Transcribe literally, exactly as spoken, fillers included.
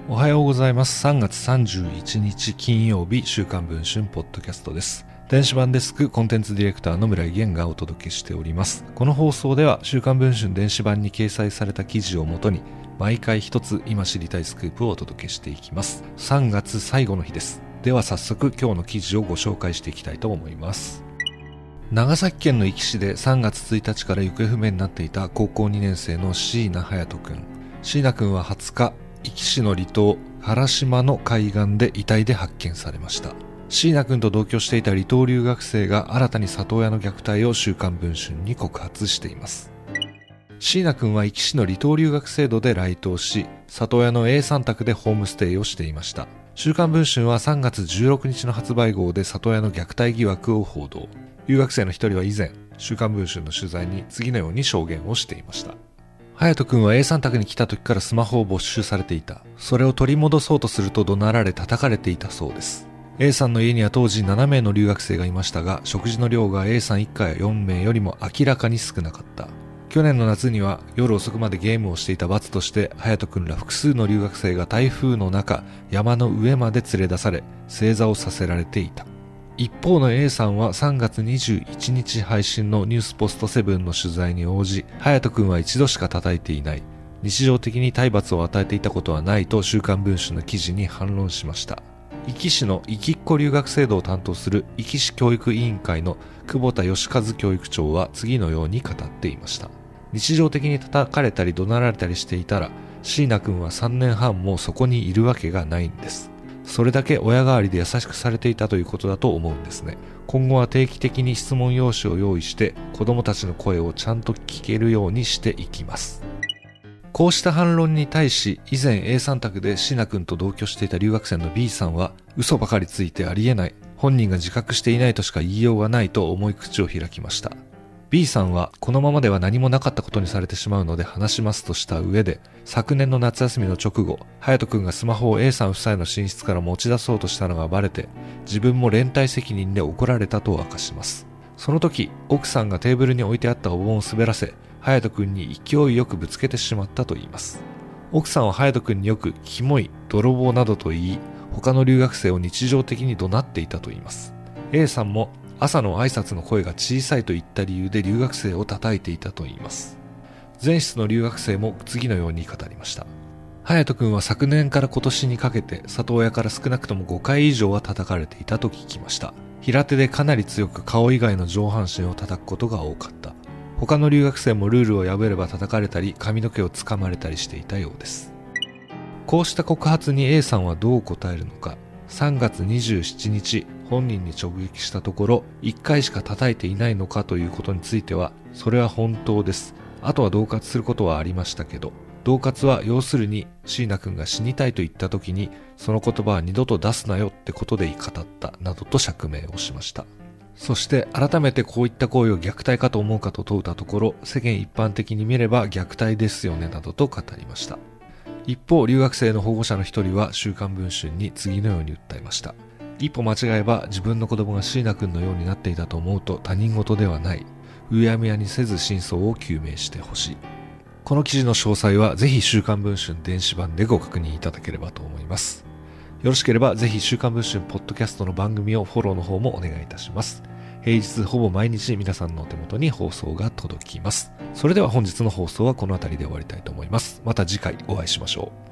おはようございます。さんがつさんじゅういちにち金曜日、週刊文春ポッドキャストです。電子版デスクコンテンツディレクターの村井源がお届けしております。この放送では週刊文春電子版に掲載された記事をもとに毎回一つ今知りたいスクープをお届けしていきます。さんがつ最後の日です。では早速今日の記事をご紹介していきたいと思います。長崎県の壱岐市でさんがつついたちから行方不明になっていた高校にねん生の椎名隼人くん。椎名くんははつか、壱岐市の離島原島の海岸で遺体で発見されました。椎名くんと同居していた離島留学生が新たに里親の虐待を週刊文春に告発しています。椎名くんは壱岐市の離島留学制度で来島し、里親の A さん宅でホームステイをしていました。週刊文春はさんがつじゅうろくにちの発売号で里親の虐待疑惑を報道。留学生の一人は以前、週刊文春の取材に次のように証言をしていました。隼人くんは A さん宅に来た時からスマホを没収されていた。それを取り戻そうとすると怒鳴られ叩かれていたそうです。A さんの家には当時ななめいの留学生がいましたが、食事の量が A さん一家やよんめいよりも明らかに少なかった。去年の夏には夜遅くまでゲームをしていた罰として隼人くんら複数の留学生が台風の中、山の上まで連れ出され正座をさせられていた。一方の A さんはさんがつにじゅういちにち配信のニュースポストセブンの取材に応じ、隼人くんは一度しか叩いていない。日常的に体罰を与えていたことはないと週刊文春の記事に反論しました。壱岐市の壱岐っ子留学制度を担当する壱岐市教育委員会の久保田義和教育長は次のように語っていました。日常的に叩かれたり怒鳴られたりしていたら、椎名くんはさんねんはんもそこにいるわけがないんです。それだけ親代わりで優しくされていたということだと思うんですね。今後は定期的に質問用紙を用意して子供たちの声をちゃんと聞けるようにしていきます。こうした反論に対し、以前 A さん宅で椎名くんと同居していた留学生の B さんは、嘘ばかりついてありえない、本人が自覚していないとしか言いようがないと重い口を開きました。B さんはこのままでは何もなかったことにされてしまうので話しますとした上で、昨年の夏休みの直後、隼人くんがスマホを A さん夫妻の寝室から持ち出そうとしたのがバレて、自分も連帯責任で怒られたと明かします。その時、奥さんがテーブルに置いてあったお盆を滑らせ、隼人くんに勢いよくぶつけてしまったといいます。奥さんは隼人くんによくキモい、泥棒などと言い、他の留学生を日常的に怒鳴っていたといいます。A さんも朝の挨拶の声が小さいといった理由で留学生を叩いていたといいます。前室の留学生も次のように語りました。隼人くんは昨年から今年にかけて里親から少なくともごかい以上は叩かれていたと聞きました。平手でかなり強く顔以外の上半身を叩くことが多かった。他の留学生もルールを破れば叩かれたり髪の毛を掴まれたりしていたようです。こうした告発に A さんはどう答えるのか。さんがつにじゅうしちにち、本人に直撃したところ、いっかいしか叩いていないのかということについては、それは本当です。あとは恫喝することはありましたけど、恫喝は要するに椎名くんが死にたいと言った時に、その言葉は二度と出すなよってことで語った、などと釈明をしました。そして改めてこういった行為を虐待かと思うかと問うたところ、世間一般的に見れば虐待ですよねなどと語りました。一方、留学生の保護者の一人は週刊文春に次のように訴えました。一歩間違えば自分の子供が椎名くんのようになっていたと思うと他人事ではない。うやむやにせず真相を究明してほしい。この記事の詳細はぜひ週刊文春電子版でご確認いただければと思います。よろしければぜひ週刊文春ポッドキャストの番組をフォローの方もお願いいたします。平日ほぼ毎日皆さんのお手元に放送が届きます。それでは本日の放送はこの辺りで終わりたいと思います。また次回お会いしましょう。